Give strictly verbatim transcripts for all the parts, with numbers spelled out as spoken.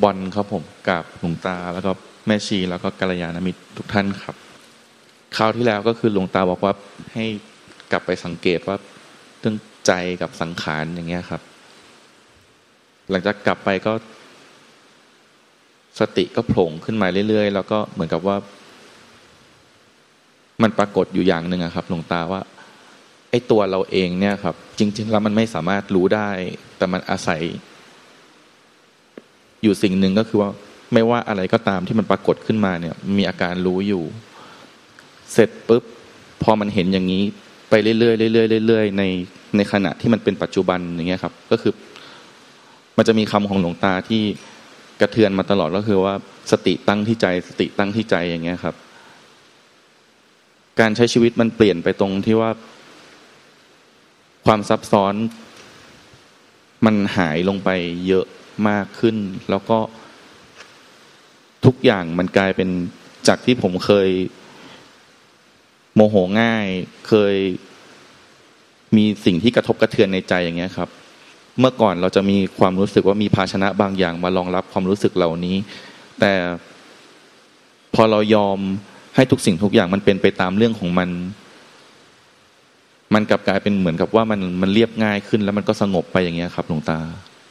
บอลครับผมกับหลวงตาแล้วก็แม่ชีแล้วก็กัลยาณมิตรทุกท่านครับคราวที่แล้วก็คือหลวงตาบอกว่าให้กลับไปสังเกตว่าเรื่องใจกับสังขารอย่างเงี้ยครับหลังจากกลับไปก็สติก็โผล่ขึ้นมาเรื่อยๆแล้วก็เหมือนกับว่ามันปรากฏอยู่อย่างหนึ่งครับหลวงตาว่าไอ้ตัวเราเองเนี่ยครับจริงๆแล้วมันไม่สามารถรู้ได้แต่มันอาศัยอยู่สิ่งหนึ่งก็คือว่าไม่ว่าอะไรก็ตามที่มันปรากฏขึ้นมาเนี่ยมีอาการรู้อยู่เสร็จปุ๊บพอมันเห็นอย่างนี้ไปเรื่อยๆเรื่อยๆเรื่อยๆในในขณะที่มันเป็นปัจจุบันอย่างเงี้ยครับก็คือมันจะมีคำของหลวงตาที่กระเทือนมาตลอดก็คือว่าสติตั้งที่ใจสติตั้งที่ใจอย่างเงี้ยครับการใช้ชีวิตมันเปลี่ยนไปตรงที่ว่าความซับซ้อนมันหายลงไปเยอะมากขึ้นแล้วก็ทุกอย่างมันกลายเป็นจากที่ผมเคยโมโหง่ายเคยมีสิ่งที่กระทบกระเทือนในใจอย่างเงี้ยครับเมื่อก่อนเราจะมีความรู้สึกว่ามีภาชนะบางอย่างมารองรับความรู้สึกเหล่านี้แต่พอเรายอมให้ทุกสิ่งทุกอย่างมันเป็นไปตามเรื่องของมันมันกลับกลายเป็นเหมือนกับว่ามันมันเรียบง่ายขึ้นแล้วมันก็สงบไปอย่างเงี้ยครับหลวงตา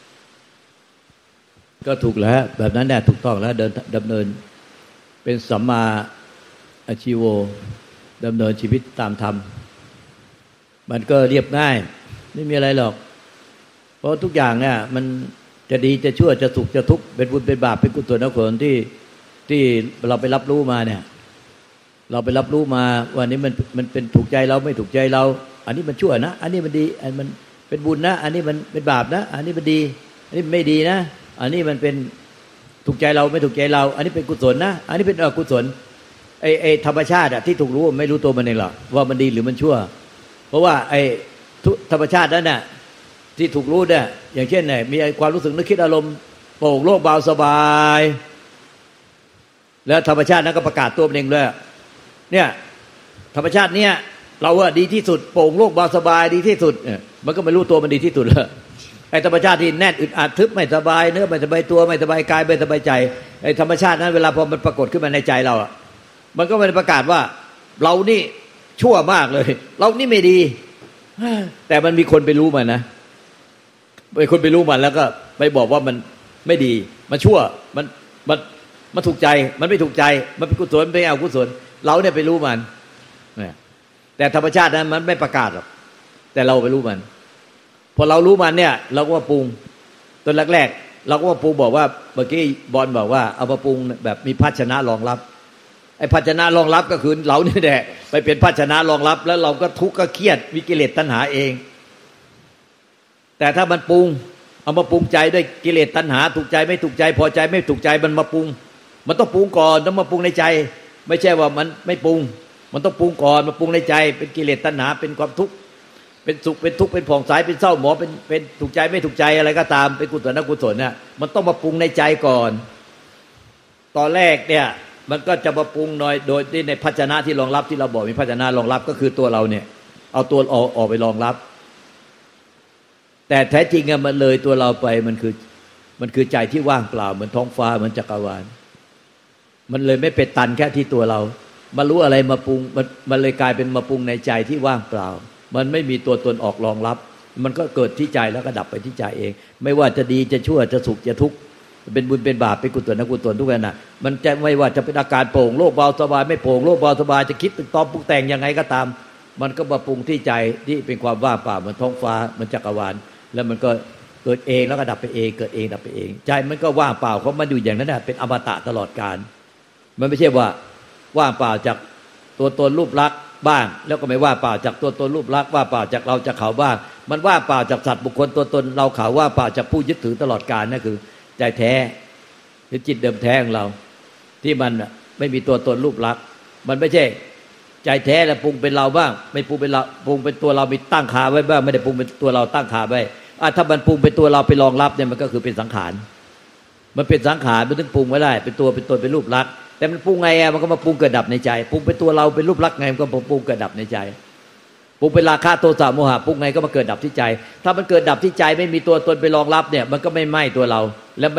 ก็ถูกแล้วแบบนั้นแหละถูกต้องแล้วเดินดำเนินเป็นสัมมาอาชีโวดำเนินชีวิตตามธรรมมันก็เรียบง่ายไม่มีอะไรหรอกเพราะทุกอย่างเนี่ยมันจะดีจะชั่วจะสุขจะทุกข์เป็นบุญเป็นบาปเป็นกุศลอกุศลที่ที่เราไปรับรู้มาเนี่ยเราไปรับรู้มาว่านี้มันมันเป็นถูกใจเราไม่ถูกใจเราอันนี้มันชั่วนะอันนี้มันดีอันมันเป็นบุญนะอันนี้มันเป็นบาปนะอันนี้มันดีอันนี้ไม่ดีนะอันนี้มันเป็นถูกใจเราไม่ถูกใจเราอันนี้เป็นกุศลนะอันนี้เป็นอกุศลไอ้ไอ้ธรรมชาติอะที่ถูกรู้ไม่รู้ตัวมันเองหรอกว่ามันดีหรือมันชั่วเพราะว่าไอ้ธรรมชาตินั้นน่ะที่ถูกรู้เนี่ยอย่างเช่นไหนมีความรู้สึกนึกคิดอารมณ์โปร่งโล่งเบาสบายแล้วธรรมชาตินั้นก็ประกาศตัวมันเองเลยเนี่ยธรรมชาติเนี่ยเราว่าดีที่สุดโปร่งโล่งเบาสบายดีที่สุดเนี่ยมันก็ไม่รู้ตัวมันดีที่สุดเลยไอ้ธรรมชาติที่แน่นอึดอัดทึบไม่สบายเนื้อไม่สบายตัวไม่สบายกายไม่สบายใจไอ้ธรรมชาตินั้นเวลาพอมันปรากฏขึ้นมาในใจเราอ่ะมันก็ไม่ได้ประกาศว่าเรานี่ชั่วมากเลยเรานี่ไม่ดีแต่มันมีคนไปรู้มันนะมีคนไปรู้มันแล้วก็ไปบอกว่ามันไม่ดีมันชั่วมันมันมันถูกใจมันไม่ถูกใจมันเป็นกุศลเป็นอกุศลเราเนี่ยไปรู้มันแต่ธรรมชาตินั้นมันไม่ประกาศหรอกแต่เราไปรู้มันพอเรารู้มันเนี่ยเราก็มาปรุงตอนแรกๆเราก็มาปรุงบอกว่าเมื่อกี้บอลบอกว่าเอามาปรุงแบบมีภาชนะรองรับไอ้ภาชนะรองรับก็คือเรานี่แหละไปเป็นภาชนะรองรับแล้วเราก็ทุกข์ก็เครียดวิกิเลสตัณหาเองแต่ถ้ามันปรุงเอามาปรุงใจด้วยกิเลสตัณหาถูกใจไม่ถูกใจพอใจไม่ถูกใจมันมาปรุงมันต้องปรุงก่อนต้องมาปรุงในใจไม่ใช่ว่ามันไม่ปรุงมันต้องปรุงก่อนมาปรุงในใจเป็นกิเลสตัณหาเป็นความทุกข์เป็นสุขเป็นทุกข์เป็นผ่องใสเป็นเศร้าหมองเป็นเป็นถูกใจไม่ถูกใจอะไรก็ตามเป็นกุศลอกุศลเนี่ยมันต้องมาปรุงในใจก่อนตอนแรกเนี่ยมันก็จะมาปรุงหน่อยโดยที่ในภาชนะที่รองรับที่เราบอกมีภาชนะรองรับก็คือตัวเราเนี่ยเอาตัวออกออกไปรองรับแต่แท้จริงอะมันเลยตัวเราไปมันคือมันคือใจที่ว่างเปล่าเหมือนท้องฟ้าเหมือนจักรวาลมันเลยไม่เป็นตันแค่ที่ตัวเรามารู้อะไรมาปรุงมันมันเลยกลายเป็นมาปรุงในใจที่ว่างเปล่ามันไม่มีตัวตนออกรองรับมันก็เกิดที่ใจแล้วก็ดับไปที่ใจเองไม่ว่าจะดีจะชั่วจะสุขจะทุกข์เป็นบุญเป็นบาปเป็นกุศลอกุศลทุกอย่างน่ะมันจะไม่ว่าจะเป็นอาการโปร่งโล่งเบาสบายไม่โปร่งโล่งเบาสบายจะคิดตึกตอมปรุงแต่งยังไงก็ตามมันก็มาปรุงที่ใจที่เป็นความว่างเปล่าเหมือนท้องฟ้าเหมือนจักรวาลแล้วมันก็เกิดเองแล้วก็ดับไปเองเกิดเองดับไปเองใจมันก็ว่างเปล่าเพราะมันอยู่อย่างนั้นน่ะเป็นอมตะตลอดกาลมันไม่ใช่ว่าว่างเปล่าจากตัวตนรูปลักษณ์บ้างแล้วก็ไม่ว่าเปล่าจากตัวตนรูปลักษณ์ว่าเปล่าจากเราจากเขาบ้างมันว่าเปล่าจากสัตว์บุคคลตัวตนเราเขาว่าเปล่าจากผู้ยึดถือตลอดกาลนั่นคือใจแท้คือจิตเดิมแท้ของเราที่มันไม่มีตัวตนรูปลักษณ์มันไม่ใช่ใจแท้แล้วปรุงเป็นเราบ้างไม่ปรุงเป็นเราปรุงเป็นตัวเรามีตั้งคาไว้บ้างไม่ได้ปรุงเป็นตัวเราตั้งคาไว้อ่ะถ้ามันปรุงเป็นตัวเราไปรองรับเนี่ยมันก็คือเป็นสังขารมันเป็นสังขารมันถึงปรุงไม่ได้เป็นตัวเป็นตนเป็นรูปลักษณ์แต่มันปรุงไงอ่ะมันก็มาปรุงเกิดดับในใจปรุงเป็นตัวเราเป็นรูปลักษณ์ไงมันก็ปรุงเกิดดับในใจปรุงเป็นราคะโทสะโมหะปรุงไงก็มาเกิดดับที่ใจถ้ามันเกิดดับที่ใจไม่มีตัวตนไปรองรับเนี่ยมันก็ไม่ไหม้ตัวเราและไม่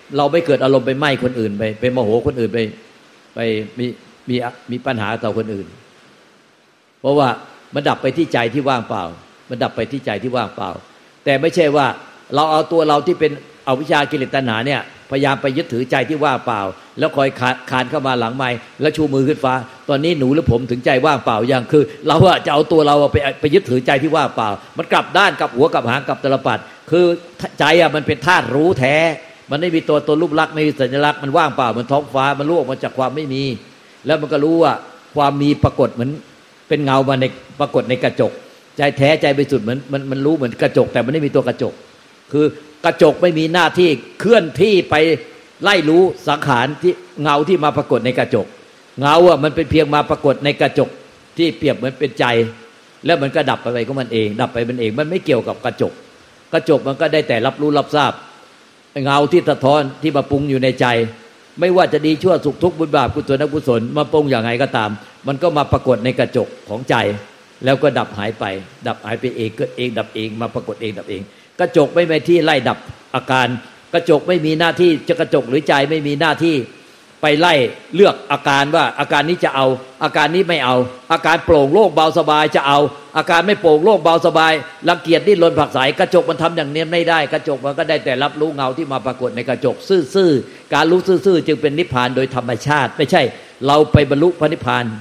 เราไม่เกิดอารมณ์ไปไหม้คนอื่นไปไปโมโหคนอื่นไปไปมีมีมีปัญหาต่อคนอื่นเพราะว่ามันดับไปที่ใจที่ว่างเปล่ามันดับไปที่ใจที่ว่างเปล่าแต่ไม่ใช่ว่าเราเอาตัวเราที่เป็นอวิชชากิเลสตัณหาเนี่ยพยายามไปยึดถือใจที่ว่างเปล่าแล้วคอยคานเข้ามาหลังไมค์แล้วชูมือขึ้นฟ้าตอนนี้หนูหรือผมถึงใจว่างเปล่าอย่างคือเราอะจะเอาตัวเราไปไปยึดถือใจที่ว่างเปล่ามันกลับด้านกลับหัวกลับหางกลับตลปัดคือใจอะมันเป็นธาตุรู้แท้มันไม่มีตัวตนรูปลักษณ์ไม่มีสัญลักษณ์มันว่างเปล่ามันท้องฟ้ามันรู้ออกมาจากความไม่มีแล้วมันก็รู้ว่าความมีปรากฏเหมือนเป็นเงามาในปรากฏในกระจกใจแท้ใจบริสุทธิ์เหมือนมันมันรู้เหมือนกระจกแต่มันไม่มีตัวกระจกคือกระจกไม่มีหน้าที่เคลื่อนที่ไปไล่รู้สังขารที่เงาที่มาปรากฏในกระจกเงาอ่ะมันเป็นเพียงมาปรากฏในกระจกที่เปรียบเหมือนเป็นใจแล้วมันก็ดับไปไปของมันเองดับไปมันเองมันไม่เกี่ยวกับกระจกกระจกมันก็ได้แต่รับรู้รับทราบเงาที่สะท้อนที่มาปรุงอยู่ในใจไม่ว่าจะดีชั่วสุขทุกข์บุญบาปกุศลอกุศลมาปรุงอย่างไรก็ตามมันก็มาปรากฏในกระจกของใจแล้วก็ดับหายไปดับหายไปเองเกิดเองดับเองมาปรากฏเองดับเองกระจกไม่มีที่ไล่ดับอาการกระจกไม่มีหน้าที่จะกระจกหรือใจไม่มีหน้าที่ไปไล่เลือกอาการว่าอาการนี้จะเอาอาการนี้ไม่เอาอาการโปร่งโล่งเบาสบายจะเอาอาการไม่โปร่งโล่งเบาสบายรังเกียจดิ้นรนผลักไสกระจกมันทำอย่างนี้ไม่ได้กระจกมันก็ได้แต่รับรู้เงาที่มาปรากฏในกระจกซื่อๆการรู้ซื่อๆจึงเป็นนิพพานโดยธรรมชาติไม่ใช่เราไปบรรลุพระนิพพาน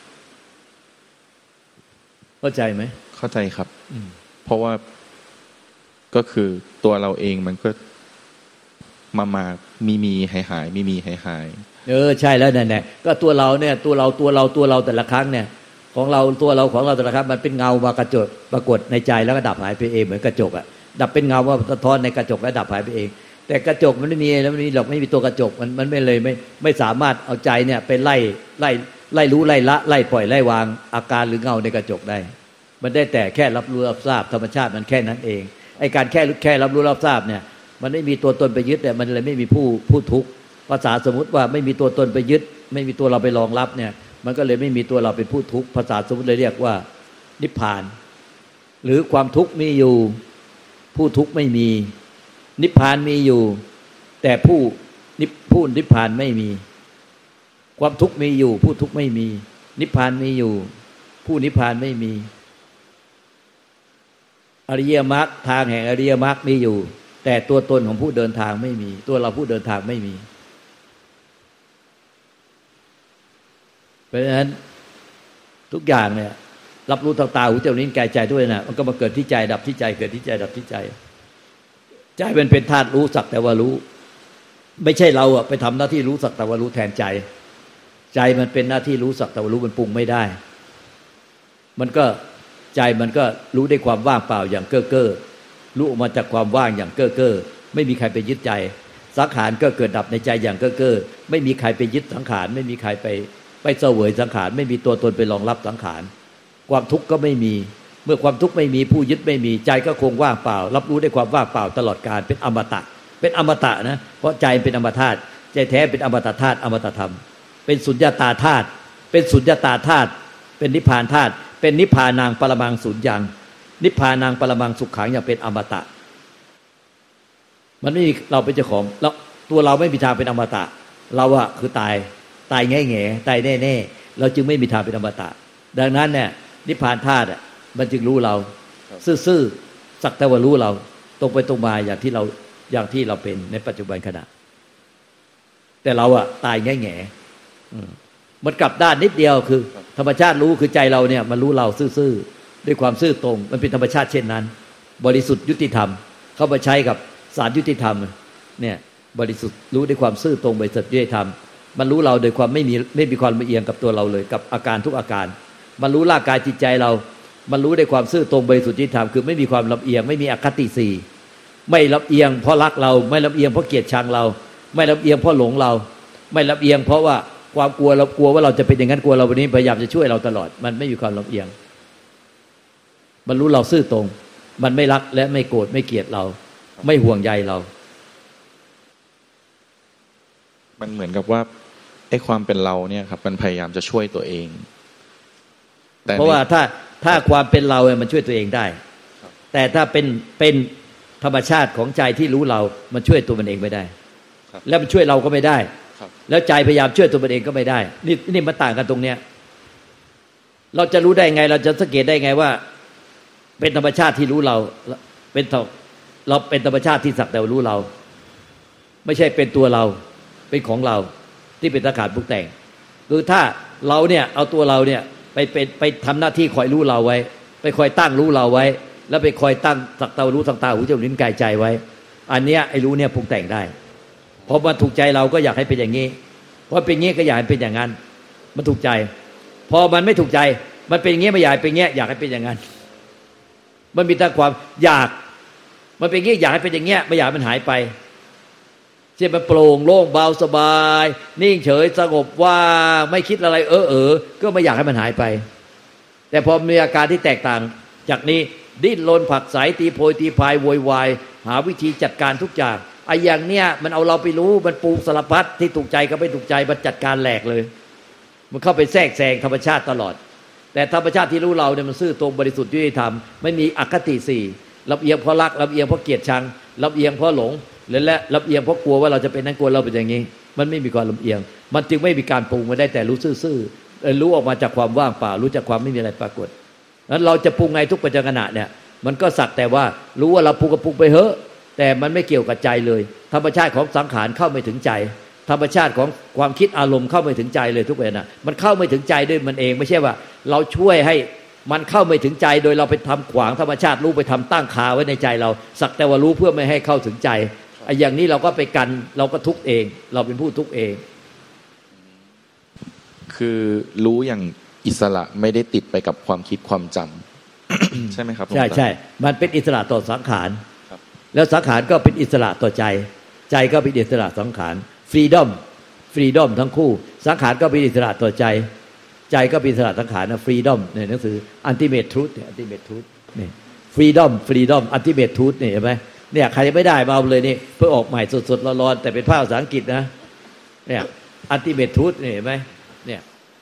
เข้าใจไหมเข้าใจครับเพราะว่าก็คือตัวเราเองมันก็มามามีมีหายหายมีมีหายหายเออใช่แล้วนั่นแหละก็ตัวเราเนี่ยตัวเราตัวเราตัวเราแต่ละครั้งเนี่ยของเราตัวเราของเราแต่ละครั้งมันเป็นเงามากระจกปรากฏในใจแล้วก็ดับหายไปเองเหมือนกระจกอ่ะดับเป็นเงาว่าสะท้อนในกระจกแล้วดับหายไปเองแต่กระจกมันไม่มีแล้วมันมีหรอกไม่มีตัวกระจกมันมันไม่เลยไม่ไม่สามารถเอาใจเนี่ยไปไล่ไล่ไล่รู้ไล่ละไล่ปล่อยไล่วางอาการหรือเงาในกระจกได้มันได้แต่แค่รับรู้รับทราบธรรมชาติมันแค่นั้นเองไอ้การแค่แค่รับรู้รับทราบเนี่ยมันไม่มีตัวตนไปยึดแต่มันเลยไม่มีผู้ผู้ทุกข์ภาษาสมมุติว่าไม่มีตัวตนไปยึดไม่มีตัวเราไปรองรับเนี่ยมันก็เลยไม่มีตัวเราเป็นผู้ทุกข์ภาษาสมมุติเลยเรียกว่านิพพานหรือความทุกข์มีอยู่ผู้ทุกข์ไม่มีนิพพานมีอยู่แต่ผู้นิผู้นิพพานไม่มีความทุกข์มีอยู่ผู้ทุกข์ไม่มีนิพพานมีอยู่ผู้นิพพานไม่มีอริยมรรคทางแห่งอริยมรรคมีอยู่แต่ตัวตนของผู้เดินทางไม่มีตัวเราผู้เดินทางไม่มีเพราะฉะนั้นทุกอย่างเนี่ยรับรู้ทางตาหูจมูกลิ้นกายใจด้วยนะมันก็มาเกิดที่ใจดับที่ใจเกิดที่ใจดับที่ใจใจมันเป็นธาตุรู้สักแต่ว่ารู้ไม่ใช่เราอะไปทำหน้าที่รู้สักแต่ว่ารู้แทนใจใจมันเป็นหน้าที่รู้สักแต่ว่ารู้มันปรุงไม่ได้มันก็ใจมันก็รู้ได้ความว่างเปล่าอย่างเก้อเก้อรู้ออกมาจากความว่างอย่างเก้อเก้อไม่มีใครไปยึดใจสังขารก็เกิดดับในใจอย่างเก้อเก้อไม่มีใครไปยึดสังขารไม่มีใครไปไปเสวยสังขารไม่มีตัวตนไปรองรับสังขารความทุกข์ก็ไม่มีเมื่อความทุกข์ไม่มีผู้ยึดไม่มีใจก็คงว่างเปล่ารับรู้ได้ความว่างเปล่าตลอดกาลเป็นอมตะเป็นอมตะนะเพราะใจเป็นอมตะธาตุใจแท้เป็นอมตะธาตุอมตะธรรมเป็นสุญญตาธาตุเป็นสุญญตาธาตุเป็นนิพพานธาตุเป็นนิพพานางปรมังสุญญังนิพพานางปรมังสุขขังอย่างเป็นอมตะมันไม่มีเราเป็นเจ้าของแล้วตัวเราไม่มีทางเป็นอมตะเราอะคือตายตายแง่แง่ตายแน่แน่เราจึงไม่มีทางเป็นอมตะดังนั้นเนี่ยนิพพานธาตุอ่ะมันจึงรู้เราซื่อๆสักแต่ว่ารู้เราตรงไปตรงมาอย่างที่เราอย่างที่เราเป็นในปัจจุบันขณะแต่เราอะตายแง่แง่มันกลับด้านนิดเดียวคือธรรมชาติรู้คือใจเราเนี่ยมันรู้เราซื่อๆด้วยความซื่อตรงมันเป็นธรรมชาติเช่นนั้นบริสุทธิ์ยุติธรรมเข้ามาใช้กับศาลยุติธรรมเนี่ยบริสุทธิ์รู้ด้วยความซื่อตรงบริสุทธิ์ยุติธรรมมันรู้เราโดยความไม่มีไม่มีความละเอียงกับตัวเราเลยกับอาการทุกอาการมันรู้ร่างกายจิตใจเรามันรู้ด้วยความซื่อตรงบริสุทธิ์ยุติธรรมคือไม่มีความลำเอียงไม่มีอคติสี่ไม่ลำเอียงเพราะรักเราไม่ลำเอียงเพราะเกลียดชังเราไม่ลำเอียงเพราะหลงเราไม่ลำเอียงเพราะว่าความกลัวเรากลัวว่าเราจะเป็นอย่างนั้นกลัวเราวันนี้พยายามจะช่วยเราตลอดมันไม่มีความลำเอียงมันรู้เราซื่อตรงมันไม่รักและไม่โกรธไม่เกลียดเราไม่ห่วงใยเรามันเหมือนกับว่าไอ้ความเป็นเราเนี่ยครับมันพยายามจะช่วยตัวเองเพราะว่าถ้าถ้าความเป็นเราเนี่ยมันช่วยตัวเองได้แต่ถ้าเป็นเป็นธรรมชาติของใจที่รู้เรามันช่วยตัวมันเองไม่ได้แล้วมันช่วยเราก็ไม่ได้ครับแล้วใจพยายามช่วยตัวมันเองก็ไม่ได้นี่นี่มันต่างกันตรงเนี้ยเราจะรู้ได้ไงเราจะสังเกตได้ไงว่าเป็นธรรมชาติที่รู้เราเป็นเราเป็นธรรมชาติที่สักแต่รู้เราไม่ใช่เป็นตัวเราเป็นของเราที่เป็นสังขารปรุงแต่งคือถ้าเราเนี่ยเอาตัวเราเนี่ยไปเป็นไปทำหน้าที่คอยรู้เราไว้ไปคอยตั้งรู้เราไว้แล้วไปคอยตั้งสักแต่รู้ทางตาหูจมูกลิ้นกายใจไว้อันเนี้ยไอ้รู้เนี่ยปรุงแต่งได้พอมันถูกใจเราก็อยากให้เป็นอย่างนี้พอเป็นอย่างนี้ก็อยากให้เป็นอย่างนั้นมันถูกใจพอมันไม่ถูกใจมันเป็นอย่างนี้ไม่อยากให้เป็นอย่างนี้อยากให้เป็นอย่างนั้นมันมีแต่ความอยากมันเป็นอย่างนี้อยากให้เป็นอย่างนี้ไม่อยากมันหายไปเช่นมันโปร่งโล่งเบาสบายนิ่งเฉยสงบว่างไม่คิดอะไรเออเออก็ไม่อยากให้มันหายไปแต่พอมีอาการที่แตกต่างจากนี้ดิ้นรนผักใสตีโพยตีพายโวยวายหาวิธีจัดการทุกอย่างไอ้อย่างเนี้ยมันเอาเราไปรู้มันปรุงสารพัดที่ถูกใจก็ไม่ถูกใจมันจัดการแหลกเลยมันเข้าไปแทรกแซงธรรมชาติตลอดแต่ธรรมชาติที่รู้เราเนี่ยมันซื่อตรงบริสุทธิ์ยุติธรรมไม่มีอคติสี่ลำเอียงเพราะรักลำเอียงเพราะเกลียดชังลำเอียงเพราะหลงและลำเอียงเพราะกลัวว่าเราจะเป็นนั้นกลัวเราเป็นอย่างนี้มันไม่มีความลำเอียงมันจึงไม่มีการปรุงมาได้แต่รู้ซื่อๆรู้ออกมาจากความว่างเปล่ารู้จากความไม่มีอะไรปรากฏนั้นเราจะปรุงไงทุกปัจจุบันเนี่ยมันก็สักแต่ว่ารู้ว่าเราปรุงก็ปรุงไปเถอะแต่มันไม่เกี่ยวกับใจเลยธรรมชาติของสังขารเข้าไม่ถึงใจธรรมชาติของความคิดอารมณ์เข้าไม่ถึงใจเลยทุกเวลามันเข้าไม่ถึงใจด้วยมันเองไม่ใช่ว่าเราช่วยให้มันเข้าไม่ถึงใจโดยเราไปทำขวางธรรมชาติรู้ไปทำตั้งคาไว้ในใจเราสักแต่ว่ารู้เพื่อไม่ให้เข้าถึงใจไอ้อย่างนี้เราก็ไปกันเราก็ทุกข์เองเราเป็นผู้ทุกข์เองคือรู้อย่างอิสระไม่ได้ติดไปกับความคิดความจำ ใช่ไหมครับใช่ใช่มันเป็นอิสระต่อสังขารครับแล้วสังขารก็เป็นอิสระต่อใจใจก็เป็นอิสระสังขารฟรีดอมฟรีดอมทั้งคู่สังขารก็เป็นอิสระต่อใจใจก็เป็นอิสระสังขารนะฟรีดอมในหนังสือ Ultimate Truth เนี่ย Ultimate Truth นี่ฟรีดอมฟรีดอม Ultimate Truth นี่เห็นไหมเนี่ยใครไม่ได้มาเอาเลยนี่เพื่อออกใหม่สดๆร้อนๆแต่เป็นภาษาอังกฤษนะเนี่ย Ultimate Truth นี่เห็นไหมเนี่ย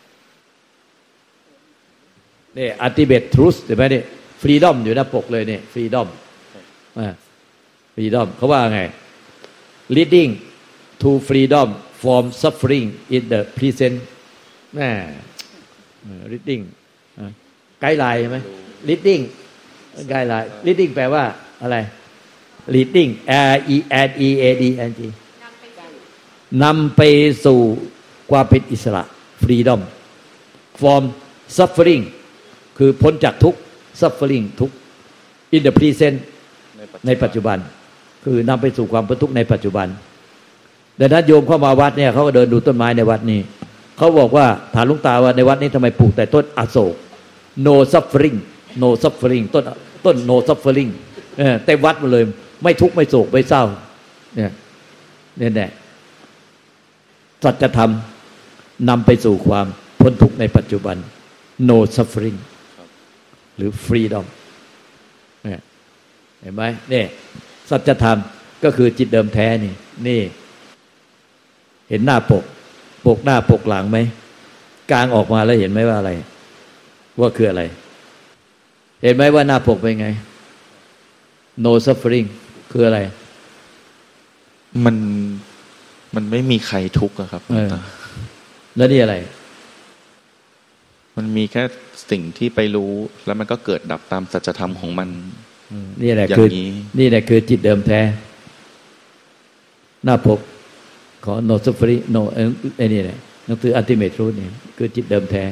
เนี่ย Ultimate Truth เห็นไหมนี่ฟรีดอมอยู่หน้าปกเลยเนี่ยฟรีดอมอ่าฟรีดอมเขาว่าไง leading to freedom from suffering in the present แม่ reading ไกด์ไลน์ใช่ไหม reading ไกด์ไลน์ reading แปลว่าอะไร reading R E N E A D N G นำไปสู่ความเป็นอิสระ freedom from suffering คือพ้นจากทุกข์ suffering ทุกข์ in the present ในปัจจุบันคือนำไปสู่ความพ้นทุกข์ในปัจจุบันดังนั้นโยมเข้ามาวัดเนี่ยเขาก็เดินดูต้นไม้ในวัดนี้เขาบอกว่าถามหลวงตาว่าในวัดนี้ทำไมปลูกแต่ต้นอโศก no suffering no suffering ต้นต้น no suffering เออแต่วัดมาเลยไม่ทุกข์ไม่โศกไม่เศร้าเนี่ยเนี่ยแหละสัจธรรมนำไปสู่ความพ้นทุกข์ในปัจจุบัน no suffering หรือ freedom เนี่ยเห็นไหมเนี่ยสัจธรรมก็คือจิตเดิมแท้นี่นี่เห็นหน้าปกปกหน้าปกหลังไหมกลางออกมาแล้วเห็นไหมว่าอะไรว่าคืออะไรเห็นไหมว่าหน้าปกเป็นไง no suffering คืออะไรมันมันไม่มีใครทุกข์อะครับแล้วนี่อะไรมันมีแค่สิ่งที่ไปรู้แล้วมันก็เกิดดับตามสัจธรรมของมันนี่แหละคือนี่แหละคือจิตเดิมแท้หน้าปกขอ no suffering no ไอ้นี่แหละหนังสือ Ultimate Truth นี่คือจิตเดิมแท้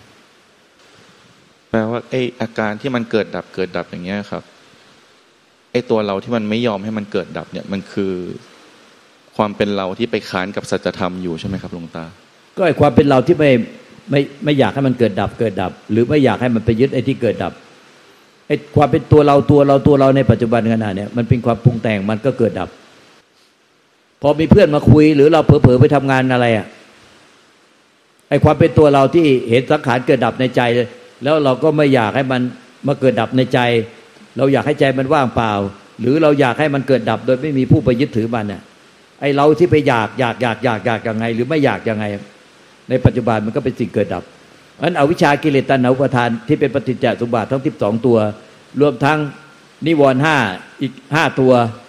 แปลว่าไอ้อาการที่มันเกิดดับเกิดดับอย่างเงี้ยครับไอ้ตัวเราที่มันไม่ยอมให้มันเกิดดับเนี่ยมันคือความเป็นเราที่ไปค้านกับสัจธรรมอยู่ใช่ไหมครับหลวงตาก็ไอ้ความเป็นเราที่ไม่ไม่ไม่อยากให้มันเกิดดับเกิดดับหรือไม่อยากให้มันไปยึดไอ้ที่เกิดดับไอ้ความเป็นตัวเราตัวเราตัวเราในปัจจุบันขณะเนี่ยมันเป็นความปรุงแต่งมันก็เกิดดับพอมีเพื่อนมาคุยหรือเราเผลอๆไปทำงานอะไรอ่ะไอ้ความเป็นตัวเราที่เห็นสังขารเกิดดับในใจแล้วเราก็ไม่อยากให้มันมาเกิดดับในใจเราอยากให้ใจมันว่างเปล่าหรือเราอยากให้มันเกิดดับโดยไม่มีผู้ไปยึดถือมันน่ะไอ้เราที่ไปอยากอยากอยากอยากอยากยังไงหรือไม่อยากยังไงในปัจจุบันมันก็เป็นสิ่งเกิดดับเพราะฉะนั้นอวิชชากิเลสตัณหาอุปาทานที่เป็นปฏิจจสมุปบาททั้งสิบสองตัวรวมทั้งนิวรณ์ห้าอีกห้าตัว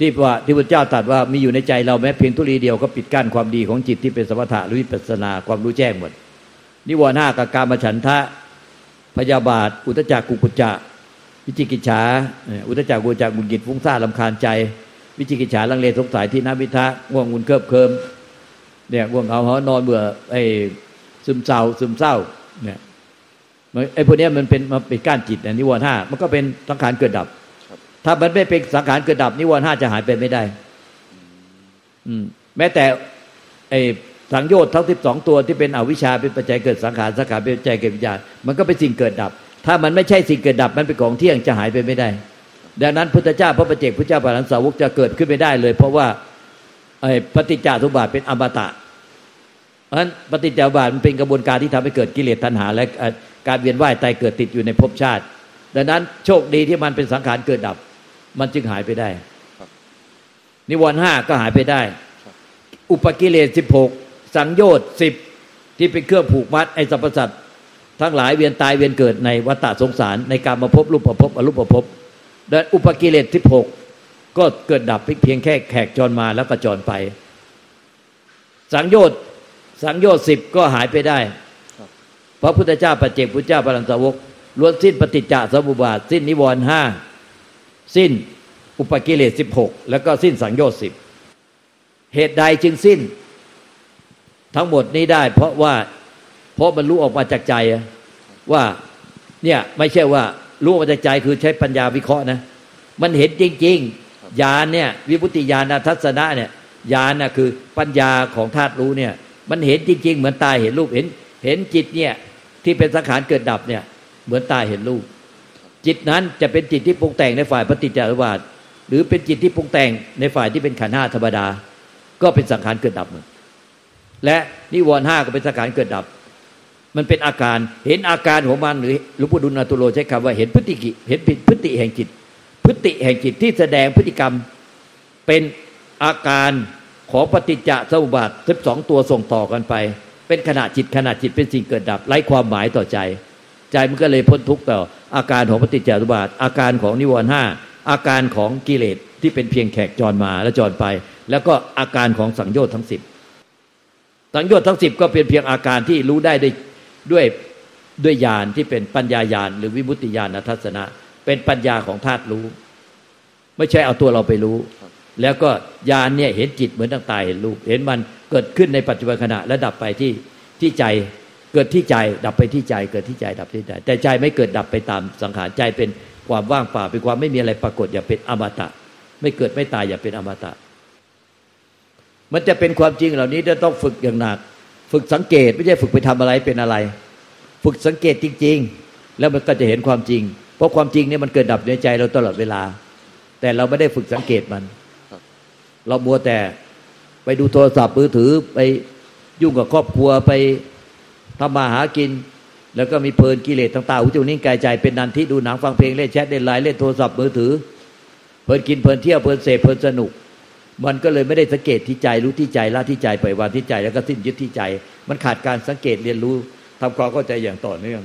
ที่ว่าที่พระเจ้าตรัสว่ามีอยู่ในใจเราแม้เพียงธุลีเดียวก็ปิดกั้นความดีของจิตที่เป็นสมถะหรือวิปัสสนาความรู้แจ้งหมดนิวรณ์ห้ากับกามฉันทะพยาบาทอุทธัจจะกุกุจจะวิจิกิจฉาอุทธัจจะกุกุจจะหงุดหงิดฟุ้งซ่านรำคาญใจวิจิกิจฉาลังเลสงสัยที่นามิทะง่วงงุนเคิบเคิมเนี่ยง่วงเหงาหอนอนเบื่อไอ้ซึมเศร้าซึมเศร้าเนี่ยไอ้พวกนี้มันเป็นมันเป็นก้านจิตเนี่ยนิวรณ์ห้ามันก็เป็นสังขารเกิดดับถ้ามันไม่เป็นสังขารเกิดดับนิวรณ์ห้าจะหายไปไม่ได้อืมแม้แต่ไอ้สังโยชน์ทั้งสิบสองตัวที่เป็นอวิชชาเป็นปัจจัยเกิดสังขารสังขารเป็นปัจจัยเกิดวิญญาณมันก็เป็นสิ่งเกิดดับถ้ามันไม่ใช่สิ่งเกิดดับมันเป็นของเที่ยงจะหายไปไม่ได้ดังนั้นพุทธเจ้าพระปัจเจกพุทธเจ้าพระอรหันตสาวกจะเกิดขึ้นไม่ได้เลยเพราะว่าไอ้ปฏิจจสมุปบาทเป็นอมตะเพราะฉะนั้นปฏิจจสมุปบาทมันเป็นกระบวนการที่ทำให้เกิดกิเลสตัณหาและการเวียนว่ายตายเกิดติดอยู่ในภพชาติดังนั้นโชคดีที่มันเป็นสังขารเกิดดับมันจึงหายไปได้นิวรณ์ห้าก็หายไปได้อุปกิเลสสิบหกสังโยชน์สิบที่เป็นเครื่องผูกมัดไอ้สรรพสัตว์ทั้งหลายเวียนตายเวียนเกิดในวัฏฏะสงสารในกามภพรูปภพอรูปภพและอุปกิเลสสิบหกก็เกิดดับเพียงแค่แขกจรมาแล้วก็จรไปสังโยชน์สังโยชน์สิบก็หายไปได้พระพุทธเจ้าปัจเจกพุทธเจ้าพระอรหันตสาวกล้วนสิ้นปฏิจจสมุปบาทสิ้นนิวรณ์ห้าสิ้นอุปกิเลสสิบหกแล้วก็สิ้นสังโยชน์สิบเหตุใดจึงสิ้นทั้งหมดนี้ได้เพราะว่าเพราะมันรู้ออกมาจากใจว่าเนี่ยไม่ใช่ว่ารู้ออกมาจากใจคือใช้ปัญญาวิเคราะห์นะมันเห็นจริงๆญาณเนี่ยวิมุตติญาณทัศนะเนี่ยญาณน่ะคือปัญญาของธาตุรู้เนี่ยมันเห็นจริงๆเหมือนตาเห็นรูปเห็นเห็นจิตเนี่ยที่เป็นสังขารเกิดดับเนี่ยเหมือนตาเห็นรูปจิตนั้นจะเป็นจิตที่ปรุงแต่งในฝ่ายปฏิจจสมุปบาทหรือเป็นจิตที่ปรุงแต่งในฝ่ายที่เป็นขันธ์ห้าธรรมดาก็เป็นสังขารเกิดดับเหมือนและนิวรณ์ห้าก็เป็นสังขารเกิดดับมันเป็นอาการเห็นอาการของมันหรือหลวงปู่ดุลอตุโลใช้คำว่าเห็นพฤติกิเห็นพฤติแห่งจิตพฤติแห่งจิตที่แสดงพฤติกรรมเป็นอาการของปฏิจจสมุปบาทสิบสองตัวส่งต่อกันไปเป็นขณะจิตขณะจิตเป็นสิ่งเกิดดับไร้ความหมายต่อใจใจมันก็เลยพ้นทุกข์ต่ออาการของปฏิจจสมุปบาทอาการของนิวรณ์ห้าอาการของกิเลสที่เป็นเพียงแขกจรมาและจรไปแล้วก็อาการของสังโยชน์ทั้งสิบสังโยชน์ทั้งสิบก็เป็นเพียงอาการที่รู้ได้ด้วยด้วยด้วยญาณที่เป็นปัญญาญาณหรือวิมุตติญาณทัศนะเป็นปัญญาของธาตุรู้ไม่ใช่เอาตัวเราไปรู้แล้วก็ญาณเนี่ยเห็นจิตเหมือนตั้งตาเห็นรูปเห็นมันเกิดขึ้นในปัจจุบันขณะและดับไปที่ที่ใจเกิดที่ใจดับไปที่ใจเกิดที่ใจดับที่ใจแต่ใจไม่เกิดดับไปตามสังขารใจเป็นความว่างเปล่าเป็นความไม่มีอะไรปรากฏอย่าเป็นอมตะไม่เกิดไม่ตายอย่าเป็นอมตะมันจะเป็นความจริงเหล่านี้จะต้องฝึกอย่างหนักฝึกสังเกตไม่ใช่ฝึกไปทำอะไรเป็นอะไรฝึกสังเกตจริงๆแล้วมันก็จะเห็นความจริงเพราะความจริงเนี่ยมันเกิดดับในใจเราตลอดเวลาแต่เราไม่ได้ฝึกสังเกตมันเรามัวแต่ไปดูโทรศัพท์มือถือไปยุ่งกับครอบครัวไปทำมาหากินแล้วก็มีเพลินกิเลสต่างๆหูจมูกนิ้วกายใจเป็นนันทิดูหนังฟังเพลงเล่นแชทเล่นไลน์เล่นโทรศัพท์มือถือเพลินกินเพลินเที่ยวเพลินเสพเพลินสนุกมันก็เลยไม่ได้สังเกตที่ใจรู้ที่ใจละที่ใจปล่อยวางที่ใจแล้วก็สิ้นยึดที่ใจมันขาดการสังเกตเรียนรู้ทำความเข้าใจอย่างต่อเนื่อง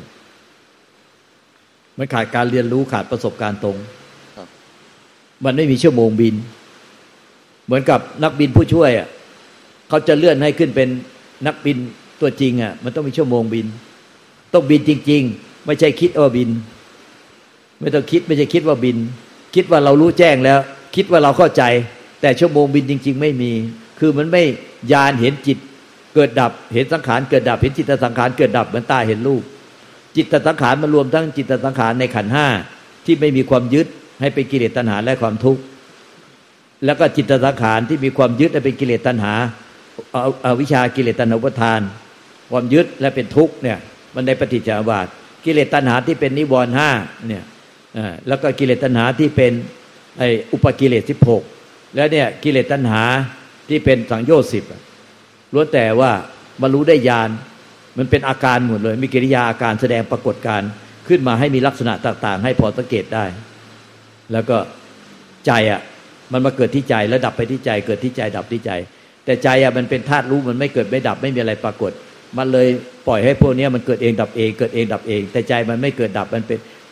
มันขาดการเรียนรู้ขาดประสบการณ์ตรงมันไม่มีชั่วโมงบินเหมือนกับนักบินผู้ช่วยอ่ะเขาจะเลื่อนให้ขึ้นเป็นนักบินตัวจริงอ่ะมันต้องมีชั่วโมงบินต้องบินจริงๆไม่ใช่คิดว่าบินไม่ต้องคิดไม่ใช่คิดว่าบินคิดว่าเรารู้แจ้งแล้วคิดว่าเราเข้าใจแต่ชั่วโมงบินจริงๆไม่มีคือมันไม่ญาณเห็นจิตเกิดดับเห็นสังขารเกิดดับเห็นจิตสังขารเกิดดับเหมือนตาเห็นรูปจิตสังขารมันรวมทั้งจิตสังขารในขันธ์ห้าที่ไม่มีความยึดให้เป็นกิเลสตัณหาและความทุกข์แล้วก็จิตสังขารที่มีความยึดให้เป็นกิเลสตัณหาอวิชชากิเลสตัณหาอุปทานความยึดและเป็นทุกข์เนี่ยมันในปฏิจจสมุปบาทกิเลสตัณหาที่เป็นนิวรณ์ห้าเนี่ยแล้วก็กิเลสตัณหาที่เป็นไอ้อุปกิเลสสิบหกแล้วเนี่ยกิเลสตัณหาที่เป็นสังโยชน์สิบล้วนแต่ว่ามารู้ได้ญาณมันเป็นอาการหมดเลยมีกิริยาอาการแสดงปรากฏการขึ้นมาให้มีลักษณะต่างๆให้พอสังเกตได้แล้วก็ใจอ่ะมันมาเกิดที่ใจแล้วดับไปที่ใจเกิดที่ใจดับที่ใจแต่ใจอ่ะมันเป็นธาตุรู้มันไม่เกิดไม่ดับไม่มีอะไรปรากฏมันเลยปล่อยให้พวกนี้มันเกิดเองดับเองเกิดเองดับเองแต่ใจมันไม่เกิดดับมันเป็น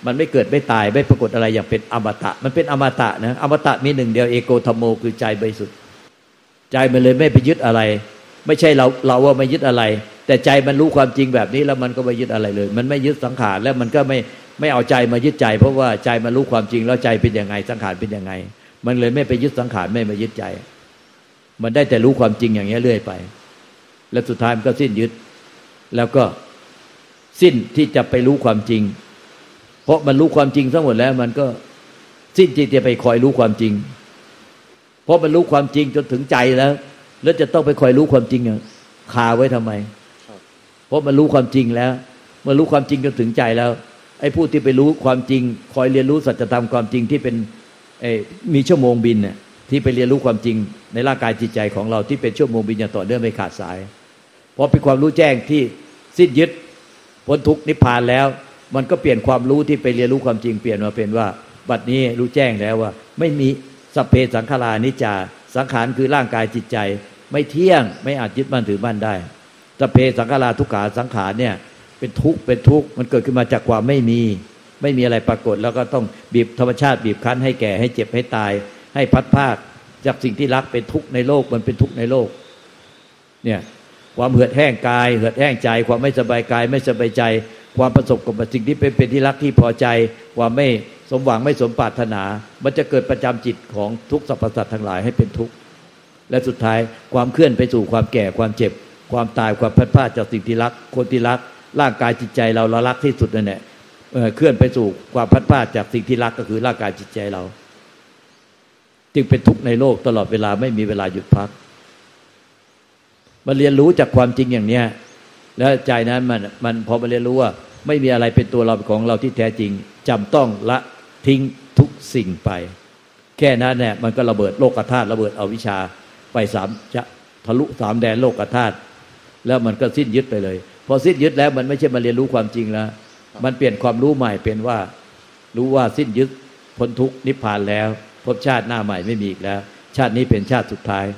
มันไม่เกิดไม่ตายไม่ปรากฏอะไรอย่างเป็นอมตะมันเป็นอมตะนะอมตะมีหนึ่งเดียวเอโกธัมโมคือใจบริสุทธิ์ใจมันเลยไม่ไปยึดอะไรไม่ใช่เราเราว่าไม่ยึดอะไรแต่ใจมันรู้ความจริงแบบนี้แล้วมันก็ไม่ยึดอะไรเลยมันไม่ยึดสังขารแล้วมันก็ไม่ไม่เอาใจมายึดใจเพราะว่าใจมันรู้ความจริงแล้วใจเป็นยังไงสังขารเป็นยังไงมันเลยไม่ไปยึดสังขารไม่มายึดใจมันได้แต่รู้ความจริงอย่างนี้เรื่อยไปแล้วสุดท้ายมันก็สิ้นยึดแล้วก็สิ้นที่จะไปรู้ความจริงเพราะมันรู้ความจริงทั้งหมดแล้วมันก็สิ้นที่จะไปคอยรู้ความจริงเพราะมันรู้ความจริงจนถึงใจแล้วแล้วจะต้องไปคอยรู้ความจริงอ่ะคาไว้ทำไมเพราะมันรู้ความจริงแล้วเมื่อรู้ความจริงจนถึงใจแล้วไอ้ผู้ที่ไปรู้ความจริงคอยเรียนรู้สัจธรรมความจริงที่เป็นมีชั่วโมงบินเนี่ยที่ไปเรียนรู้ความจริงในร่างกายจิตใจของเราที่เป็นชั่วโมงบินอย่างต่อเนื่องไม่ขาดสายเพราะเป็นความรู้แจ้งที่สิ้นยึดพ้นทุกข์นิพพานแล้วมันก็เปลี่ยนความรู้ที่ไปเรียนรู้ความจริงเปลี่ยนมาเป็นว่าบัดนี้รู้แจ้งแล้วว่าไม่มีสัพเพสังขารานิจจาสังขารคือร่างกายจิตใจไม่เที่ยงไม่อาจยึดมั่นถือมั่นได้สัพเพสังขาราทุกขาสังขารเนี่ยเป็นทุกข์เป็นทุกข์มันเกิดขึ้นมาจากความไม่มีไม่มีอะไรปรากฏแล้วก็ต้องบีบธรรมชาติบีบคั้นให้แก่ให้เจ็บให้ตายให้พัดพรากจากสิ่งที่รักเป็นทุกข์ในโลกมันเป็นทุกข์ในโลกเนี่ยความเหือดแห้งกายเหือดแห้งใจความไม่สบายกายไม่สบายใจความประสบกับสิ่งที่เป็นเป็นที่รักที่พอใจความไม่สมหวังไม่สมปรารถนามันจะเกิดประจำจิตของทุกสรรพสัตว์ทั้งหลายให้เป็นทุกข์และสุดท้ายความเคลื่อนไปสู่ความแก่ความเจ็บความตายความพัดพรากจากสิ่งที่รักคนที่รักร่างกายจิตใจเราเรารักที่สุดนั่นแหละเคลื่อนไปสู่ความพัดพรากจากสิ่งที่รักก็คือร่างกายจิตใจเราจึงเป็นทุกข์ในโลกตลอดเวลาไม่มีเวลาหยุดพักมาเรียนรู้จากความจริงอย่างเนี้ยแล้วใจนั้นมันมันพอมาเรียนรู้ว่าไม่มีอะไรเป็นตัวเราของเราที่แท้จริงจำต้องละทิ้งทุกสิ่งไปแค่นั้นเนี่ยมันก็ระเบิดโลกธาตุระเบิดอวิชชาไปสามจะทะลุสามแดนโลกธาตุแล้วมันก็สิ้นยึดไปเลยพอสิ้นยึดแล้วมันไม่ใช่มาเรียนรู้ความจริงแล้วมันเปลี่ยนความรู้ใหม่เป็นว่ารู้ว่าสิ้นยึดพ้นทุกข์นิพพานแล้วภพชาติหน้าใหม่ไม่มีอีกแล้วชาตินี้เป็นชาติสุดท้าย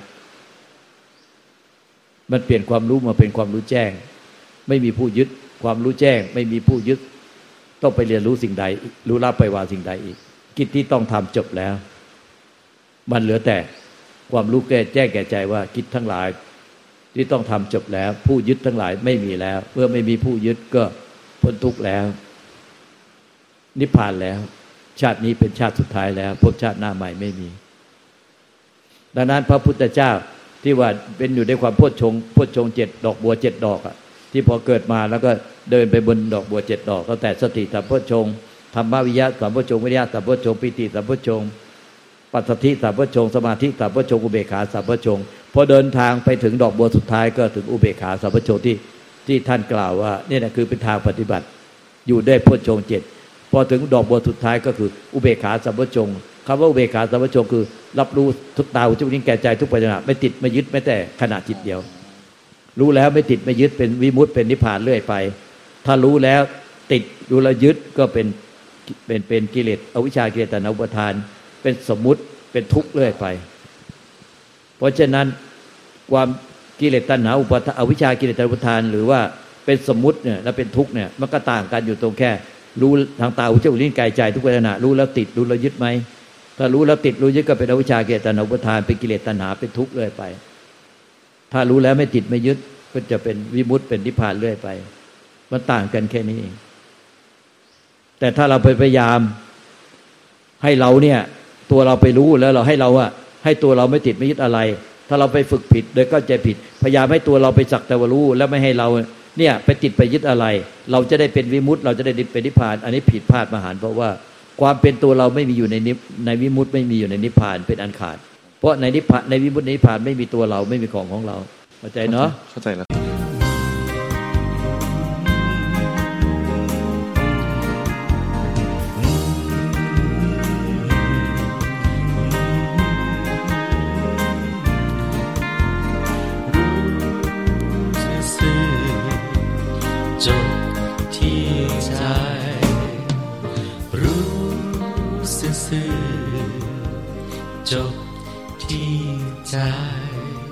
มันเปลี่ยนความรู้มาเป็นความรู้แจ้งไม่มีผู้ยึดความรู้แจ้งไม่มีผู้ยึดต้องไปเรียนรู้สิ่งใดรู้ละไปว่าสิ่งใดอีกกิจที่ต้องทำจบแล้วมันเหลือแต่ความรู้แก่แจ้งแก่ใจว่ากิจทั้งหลายที่ต้องทำจบแล้วผู้ยึดทั้งหลายไม่มีแล้วเมื่อไม่มีผู้ยึดก็พ้นทุกข์แล้วนิพพานแล้วชาตินี้เป็นชาติสุดท้ายแล้วภพชาติหน้าใหม่ไม่มีดังนั้นพระพุทธเจ้าที่ว่าเป็นอยู่ในความโพชฌงค์โพชฌงค์เจ็ดดอกบัวเจ็ดดอกอ่ะที่พอเกิดมาแล้วก็เดินไปบนดอกบัวเจ็ดดอกก็แต่สติสัมโพชฌงค์ธรรมวิยะสัมโพชฌงค์วิริยะสัมโพชฌงค์ปิติสัมโพชฌงค์ปัสสัทธิสัมโพชฌงค์สมาธิสัมโพชฌงค์อุเบกขาสัมโพชฌงค์พอเดินทางไปถึงดอกบัวสุดท้ายก็ถึงอุเบกขาสัมโพชฌงค์ที่ที่ท่านกล่าวว่านี่นะคือเป็นทางปฏิบัติอยู่ได้โพชฌงค์เจ็ดพอถึงดอกบัวสุดท้ายก็คืออุเบกขาสัมโพชฌงค์คำว่าอุเบกขาสัมโพชฌงค์คือรับรู้ทุกตาหูจมูกลิ้นกายใจทุกปัญญาไม่ติดไม่ยึดแม้แต่ขณะจิตเดียวรู้แล้วไม่ติดไม่ยึดเป็นวิมุตติเป็นนิพพานเรื่อยไปถ้ารู้แล้วติดรู้แล้วยึดก็เป็นเป็นเป็นกิเลสอวิชชากิเลสตัณหาอุปาทานเป็นสมมุติเป็นทุกข์เรื่อยไปเพราะฉะนั้นความกิเลสตัณหาอุปาทานอวิชชากิเลสตัณหาอุปาทานหรือว่าเป็นสมมุติเนี่ยแล้วเป็นทุกข์เนี่ยมันก็ต่างกันอยู่ตรงแค่รู้ทางตาหูจมูกลิ้นกายใจทุกขณะรู้แล้วติดรู้แล้วยึดไหมถ้ารู้แล้วติดรู้ยึดก็เป็นอวิชชากิเลสตัณหาอุปาทานเป็นกิเลสตัณหาเป็นทุกข์เรื่อยไปถ้ารู้แล้วไม่ติดไม่ยึดก็จะเป็นวิมุตติเป็นนิพพานเรื่อยไปมันต่างกันแค่นี้เองแต่ถ้าเราไปพยายามให้เราเนี่ยตัวเราไปรู้แล้วเราให้เราว่าให้ตัวเราไม่ติดไม่ยึดอะไรถ้าเราไปฝึกผิดโดยเข้าใจผิดพยายามให้ตัวเราไปสักแต่ว่ารู้แล้วไม่ให้เราเนี่ยไปติดไปยึดอะไรเราจะได้เป็นวิมุตติเราจะได้เป็นนิพพานอันนี้ผิดพลาดมหันต์เพราะว่าความเป็นตัวเราไม่มีอยู่ในนิพในวิมุตติไม่มีอยู่ในนิพพานเป็นอันขาดเพราะในนิพพานในวิมุตตินิพพานไม่มีตัวเราไม่มีของของเราเข้าใจเนาะเข้าใจแล้วจบที่ใจรู้ซื่อๆจบที่ใจ